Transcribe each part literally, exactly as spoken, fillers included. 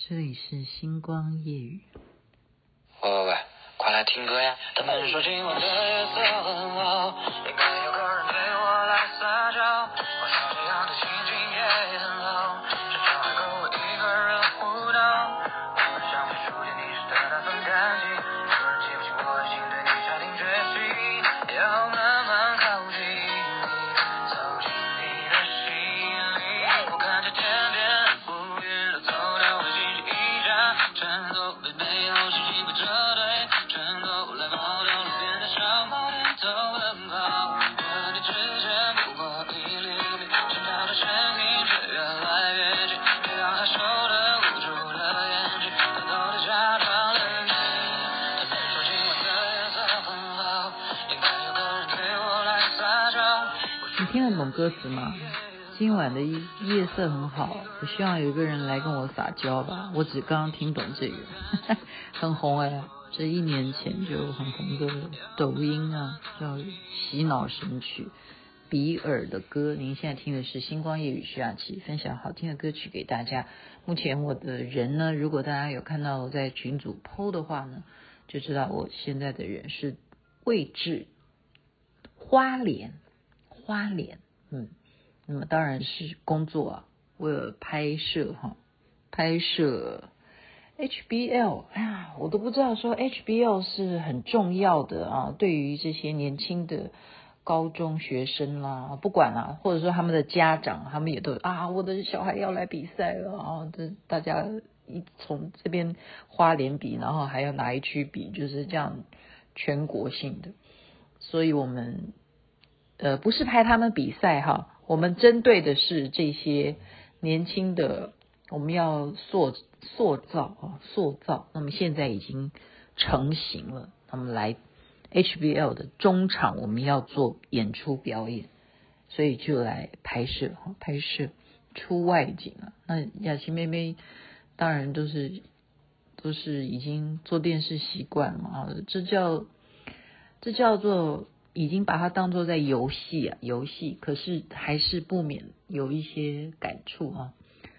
这里是星光夜雨。 喂喂喂，快来听歌呀！他们说今晚的夜色很好，应该有个人对我来撒娇。我说这样的心情也很好，至少还够我一个人胡闹。我很想被触见你时的那份感激，突然记不清我的心对你下定决心，要慢慢靠近你，走进你的心里。我看着天边乌云都走到我心绪一炸，颤抖被背后是心不折对，转过来跑到路边的小茅店偷奔跑。和你之间不过一厘米，心跳的声音却越来越近，别让它受得捂住了眼睛，偷偷地假装冷静。他们说今晚的夜色很好，应该有个人对我来撒娇。 你听得懂歌词吗？今晚的夜色很好，我希望有一个人来跟我撒娇吧。我只刚刚听懂这个，很红哎，这一年前就很红的抖音啊，叫洗脑神曲比尔的歌。您现在听的是星光夜雨徐雅琪分享好听的歌曲给大家。目前我的人呢，如果大家有看到我在群组 po 的话呢，就知道我现在的人是位置花莲，花莲，嗯。那么当然是工作啊，为了拍摄哈，拍摄 H B L， 哎呀，我都不知道说 H B L 是很重要的啊，对于这些年轻的高中学生啦，不管啦，或者说他们的家长，他们也都啊，我的小孩要来比赛了啊，这大家一从这边花莲比，然后还要哪一区比，就是这样全国性的，所以我们呃不是拍他们比赛哈。我们针对的是这些年轻的，我们要塑塑造啊，塑造。那么现在已经成型了，那么来 H B L 的中场，我们要做演出表演，所以就来拍摄，拍摄出外景啊。那雅琪妹妹当然都是都是已经做电视习惯了嘛，这叫这叫做。已经把它当作在游戏啊，游戏，可是还是不免有一些感触啊。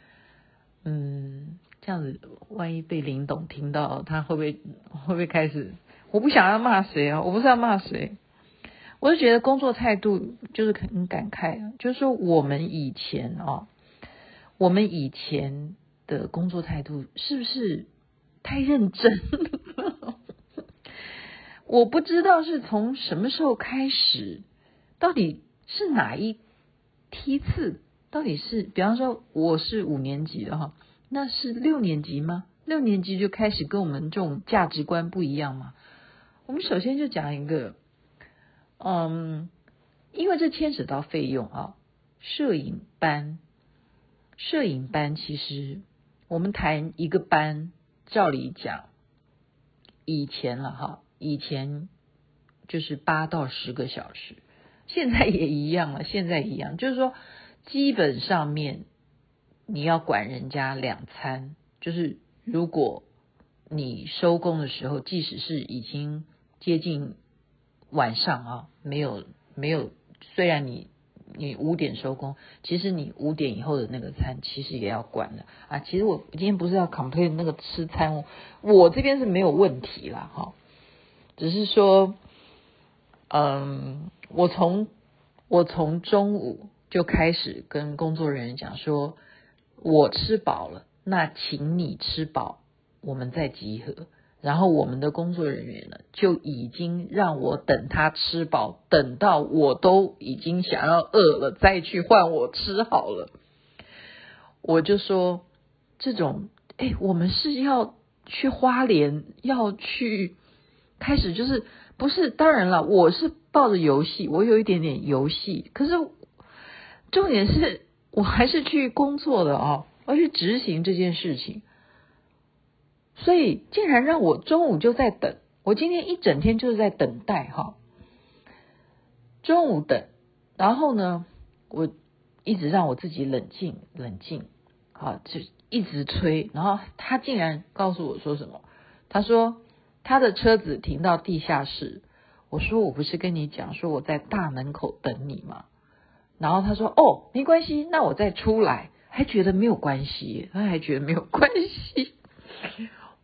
嗯，这样子，万一被林董听到，他会不会会不会开始？我不想要骂谁啊，我不是要骂谁，我就觉得工作态度就是很感慨啊，就是说我们以前啊，我们以前的工作态度是不是太认真了？我不知道是从什么时候开始，到底是哪一梯次？到底是，比方说我是五年级的哈，那是六年级吗？六年级就开始跟我们这种价值观不一样吗？我们首先就讲一个，嗯，因为这牵扯到费用啊，摄影班，摄影班其实我们谈一个班，照理讲，以前了哈。以前就是八到十个小时，现在也一样了，现在一样，就是说基本上面你要管人家两餐，就是如果你收工的时候，即使是已经接近晚上啊，没有没有，虽然你你五点收工，其实你五点以后的那个餐其实也要管的啊。其实我今天不是要 complain 那个吃餐，我这边是没有问题啦哈。只是说，嗯，我从我从中午就开始跟工作人员讲说，我吃饱了，那请你吃饱，我们再集合。然后我们的工作人员呢，就已经让我等他吃饱，等到我都已经想要饿了，再去换我吃好了。我就说，这种，哎，我们是要去花莲，要去。开始就是不是，当然了，我是抱着游戏，我有一点点游戏，可是重点是我还是去工作的啊，我要去执行这件事情，所以竟然让我中午就在等，我今天一整天就是在等待哈，中午等，然后呢，我一直让我自己冷静冷静，好，就一直催，然后他竟然告诉我说什么？他说。他的车子停到地下室，我说我不是跟你讲说我在大门口等你吗？然后他说哦没关系，那我再出来，还觉得没有关系，他还觉得没有关系。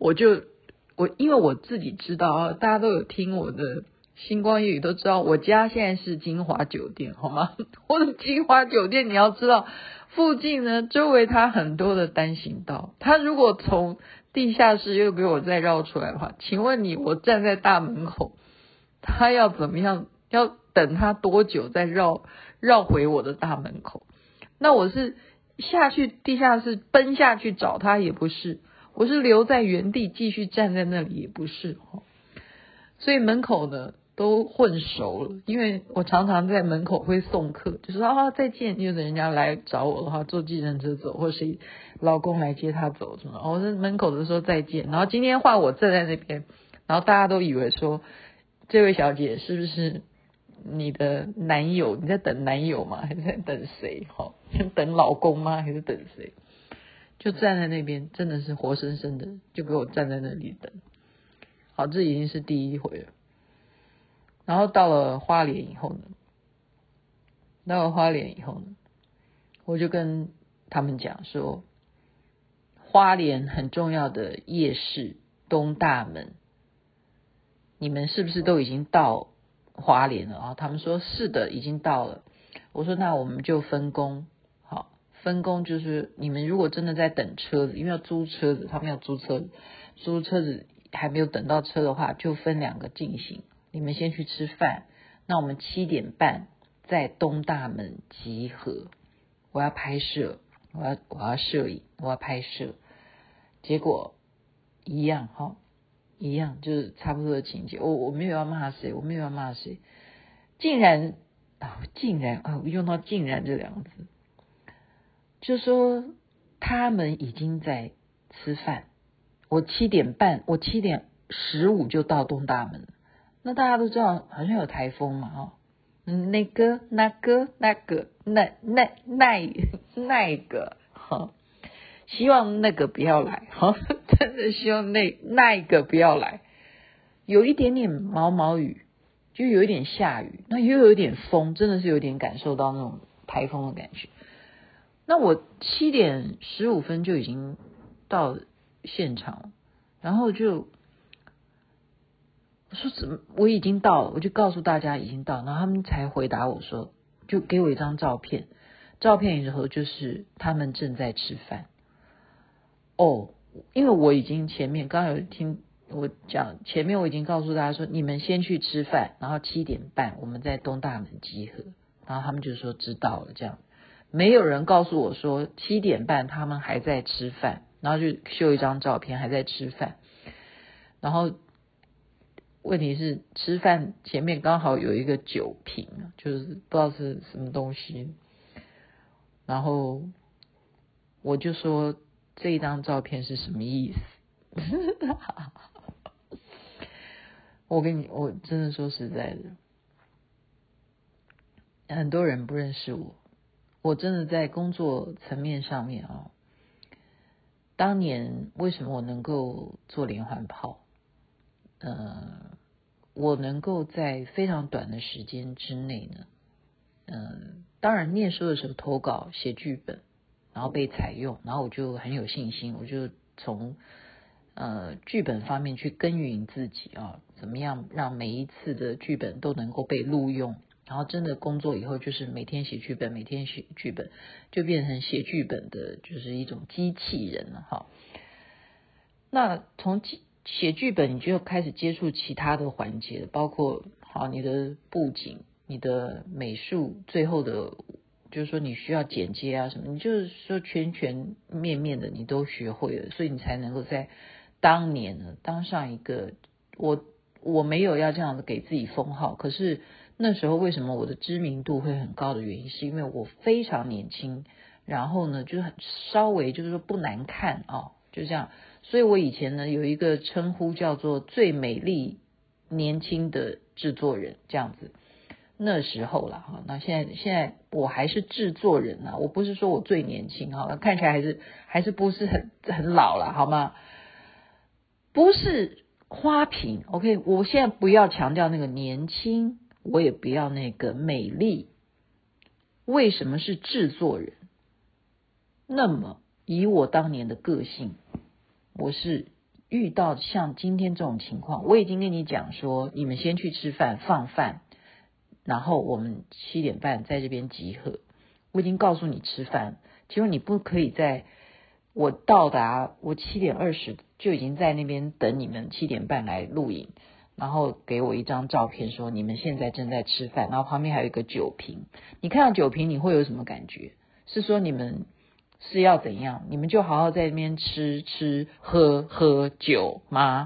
我就我因为我自己知道啊，大家都有听我的星光夜语都知道，我家现在是金华酒店，好吗？我的金华酒店你要知道，附近呢周围它很多的单行道，它如果从地下室又给我再绕出来的话，请问你我站在大门口，他要怎么样？要等他多久再绕绕回我的大门口？那我是下去地下室奔下去找他也不是，我是留在原地继续站在那里也不是，所以门口呢都混熟了，因为我常常在门口会送客，就是啊再见，有的人家来找我的话，坐计程车走，或谁老公来接他走什么，我在门口的时候再见，然后今天换我站在那边，然后大家都以为说这位小姐是不是你的男友？你在等男友吗？还是在等谁？哈，等老公吗？还是等谁？就站在那边，真的是活生生的，就给我站在那里等。好，这已经是第一回了。然后到了花莲以后呢，到了花莲以后呢，我就跟他们讲说，花莲很重要的夜市东大门，你们是不是都已经到花莲了啊？他们说是的，已经到了。我说那我们就分工，好，分工就是你们如果真的在等车子，因为要租车子，他们要租车子，租车子还没有等到车的话，就分两个进行。你们先去吃饭，那我们七点半在东大门集合。我要拍摄，我要我要摄影，我要拍摄。结果一样哈，一样就是差不多的情节。我我没有要骂谁，我没有要骂谁，竟然啊、哦，竟然啊、哦，用到竟然这两个字，就说他们已经在吃饭。我七点半，我七点十五就到东大门。那大家都知道，好像有台风嘛，哦，嗯，那个、那个、那个、那那那那个，哈，希望那个不要来，哈，真的希望那那一个不要来。有一点点毛毛雨，就有一点下雨，那又有一点风，真的是有点感受到那种台风的感觉。那我七点十五分就已经到现场了，然后就我说怎么我已经到了，我就告诉大家已经到，然后他们才回答我说，就给我一张照片，照片以后就是他们正在吃饭。哦，因为我已经前面刚刚有听我讲，前面我已经告诉大家说，你们先去吃饭，然后七点半我们在东大门集合，然后他们就说知道了，这样没有人告诉我说七点半他们还在吃饭，然后就秀一张照片还在吃饭，然后问题是吃饭前面刚好有一个酒瓶，就是不知道是什么东西，然后我就说这一张照片是什么意思？我跟你，我真的说实在的，很多人不认识我，我真的在工作层面上面啊，当年为什么我能够做连环炮？呃，我能够在非常短的时间之内呢，嗯、呃，当然念书的时候投稿写剧本，然后被采用，然后我就很有信心，我就从呃剧本方面去耕耘自己啊，怎么样让每一次的剧本都能够被录用，然后真的工作以后就是每天写剧本，每天写剧本，就变成写剧本的就是一种机器人了哈。那从写剧本，你就开始接触其他的环节，包括好你的布景、你的美术，最后的就是说你需要剪接啊什么，你就是说全全面面的你都学会了，所以你才能够在当年呢当上一个我我没有要这样子给自己封号，可是那时候为什么我的知名度会很高的原因，是因为我非常年轻，然后呢就是很稍微就是说不难看啊、哦，就这样。所以我以前呢有一个称呼叫做最美丽年轻的制作人这样子，那时候啦哈，那现在现在我还是制作人啊，我不是说我最年轻哈，看起来还是还是不是很很老了好吗？不是花瓶 ，OK， 我现在不要强调那个年轻，我也不要那个美丽，为什么是制作人？那么以我当年的个性，我是遇到像今天这种情况，我已经跟你讲说，你们先去吃饭放饭，然后我们七点半在这边集合。我已经告诉你吃饭，结果你不可以在我到达我七点二十就已经在那边等你们七点半来录影，然后给我一张照片说你们现在正在吃饭，然后旁边还有一个酒瓶。你看到酒瓶你会有什么感觉？是说你们是要怎样？你们就好好在那边吃吃喝喝酒吗？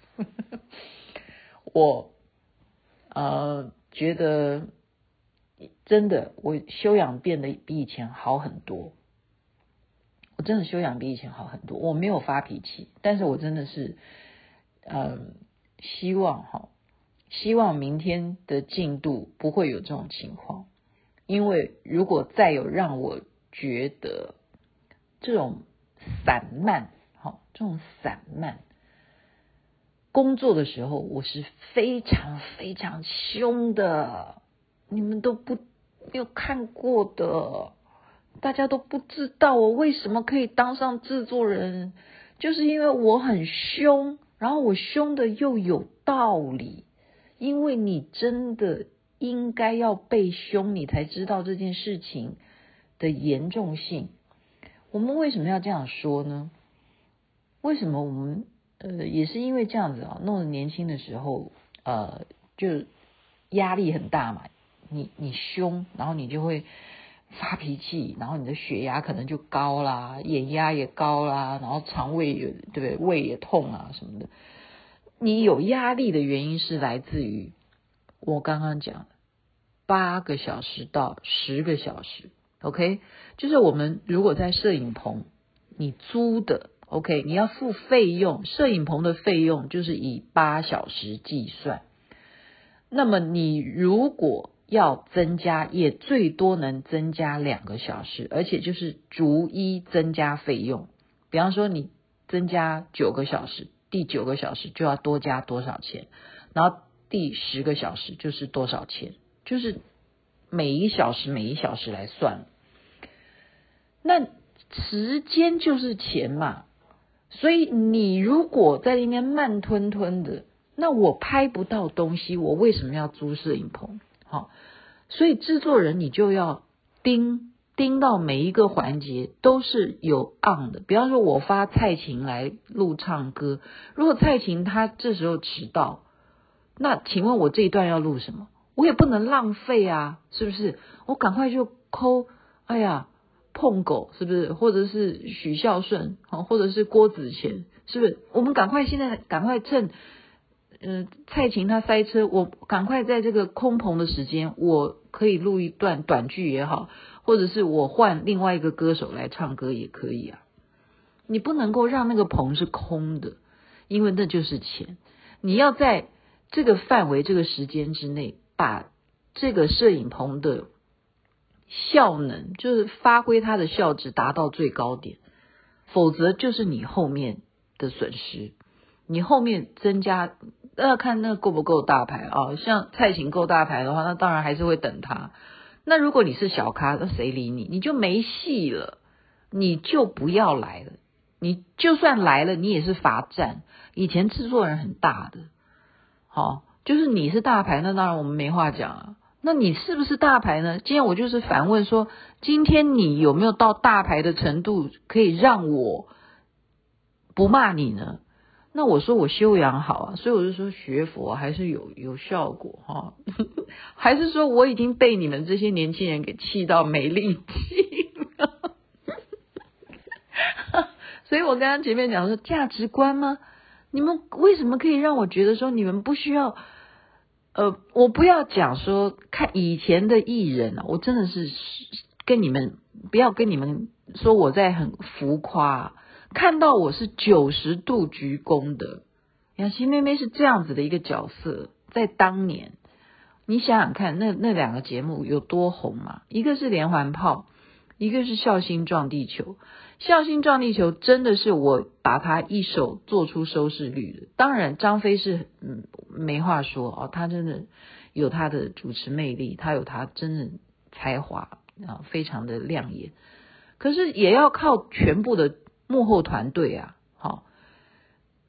我呃觉得真的我修养变得比以前好很多，我真的修养比以前好很多。我没有发脾气，但是我真的是呃希望哈，希望明天的进度不会有这种情况，因为如果再有让我觉得这种散漫，好，这种散漫工作的时候，我是非常非常凶的，你们都不没有看过的。大家都不知道我为什么可以当上制作人，就是因为我很凶，然后我凶的又有道理，因为你真的应该要被凶，你才知道这件事情的严重性。我们为什么要这样说呢？为什么我们呃也是因为这样子啊，弄得年轻的时候呃就压力很大嘛，你你凶，然后你就会发脾气，然后你的血压可能就高啦，眼压也高啦，然后肠胃也对不对，胃也痛啊什么的。你有压力的原因是来自于我刚刚讲的八个小时到十个小时 OK， 就是我们如果在摄影棚你租的 OK， 你要付费用，摄影棚的费用就是以八小时计算。那么你如果要增加，也最多能增加两个小时，而且就是逐一增加费用。比方说你增加九个小时，第九个小时就要多加多少钱，然后第十个小时就是多少钱，就是每一小时每一小时来算。那时间就是钱嘛，所以你如果在那边慢吞吞的，那我拍不到东西，我为什么要租摄影棚？好，所以制作人你就要盯盯到每一个环节都是有 on 的。比方说我发蔡琴来录唱歌，如果蔡琴她这时候迟到，那请问我这一段要录什么？我也不能浪费啊，是不是？我赶快就抠，哎呀，碰狗是不是？或者是许孝顺，或者是郭子乾，是不是？我们赶快现在赶快趁呃蔡琴她塞车，我赶快在这个空棚的时间，我可以录一段短剧也好，或者是我换另外一个歌手来唱歌也可以啊。你不能够让那个棚是空的，因为那就是钱。你要在这个范围这个时间之内把这个摄影棚的效能，就是发挥它的效值达到最高点，否则就是你后面的损失。你后面增加要看那够不够大牌啊，像蔡琴够大牌的话，那当然还是会等他。那如果你是小咖，那谁理你？你就没戏了，你就不要来了。你就算来了，你也是罚站。以前制作人很大的，好，就是你是大牌，那当然我们没话讲啊。那你是不是大牌呢？今天我就是反问说，今天你有没有到大牌的程度，可以让我不骂你呢？那我说我修养好啊，所以我就说学佛还是有有效果哈，还是说我已经被你们这些年轻人给气到没力气了？所以我刚刚前面讲说价值观吗？你们为什么可以让我觉得说你们不需要？呃，我不要讲说看以前的艺人啊，我真的是跟你们不要跟你们说我在很浮夸，看到我是九十度鞠躬的。雅琪妹妹是这样子的一个角色，在当年，你想想看，那那两个节目有多红嘛？一个是连环炮，一个是孝心撞地球。孝心撞地球真的是我把它一手做出收视率的。当然张飞是嗯没话说哦，他真的有他的主持魅力，他有他真的才华啊，非常的亮眼。可是也要靠全部的幕后团队啊，好，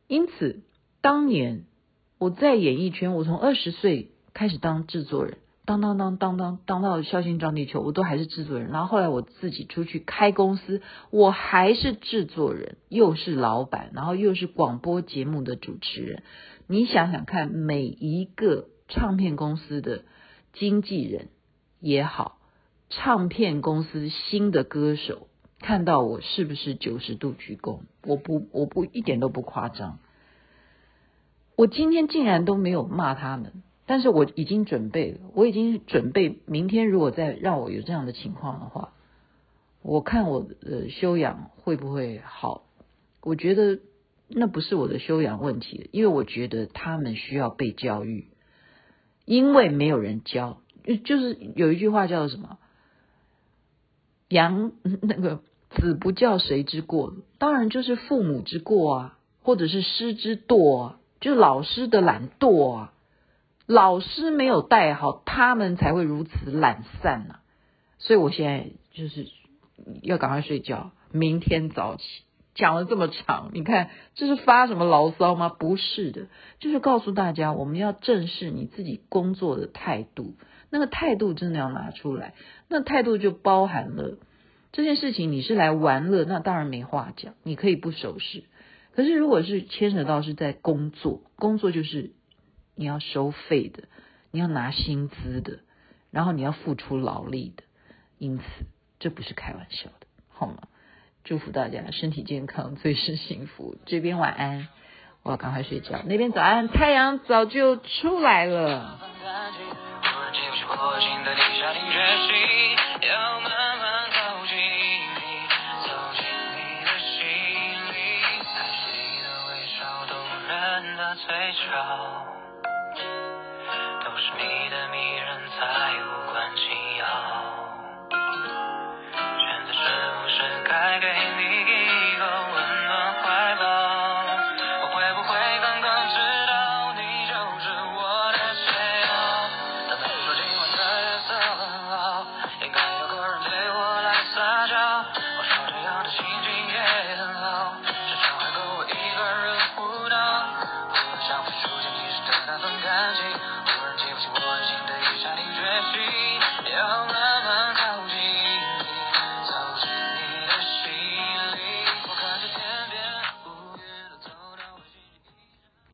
因此当年我在演艺圈，我从二十岁开始当制作人，当当当当当当到孝心张地球，我都还是制作人。然后后来我自己出去开公司，我还是制作人，又是老板，然后又是广播节目的主持人。你想想看，每一个唱片公司的经纪人也好，唱片公司新的歌手看到我是不是九十度鞠躬？我不，我不一点都不夸张。我今天竟然都没有骂他们，但是我已经准备了，我已经准备明天如果再让我有这样的情况的话，我看我的修养会不会好。我觉得那不是我的修养问题，因为我觉得他们需要被教育，因为没有人教。就是有一句话叫做什么，养那个子不教谁之过，当然就是父母之过啊，或者是师之惰啊，就是老师的懒惰啊。老师没有带好，他们才会如此懒散啊。所以我现在就是要赶快睡觉，明天早起。讲了这么长，你看这是发什么牢骚吗？不是的，就是告诉大家我们要正视你自己工作的态度，那个态度真的要拿出来。那态度就包含了这件事情，你是来玩乐，那当然没话讲，你可以不守时。可是如果是牵扯到是在工作，工作就是你要收费的，你要拿薪资的，然后你要付出劳力的，因此这不是开玩笑的，好吗？祝福大家身体健康，最是幸福。这边晚安，我要赶快睡觉。那边早安，太阳早就出来了。 嘴角都是你的迷人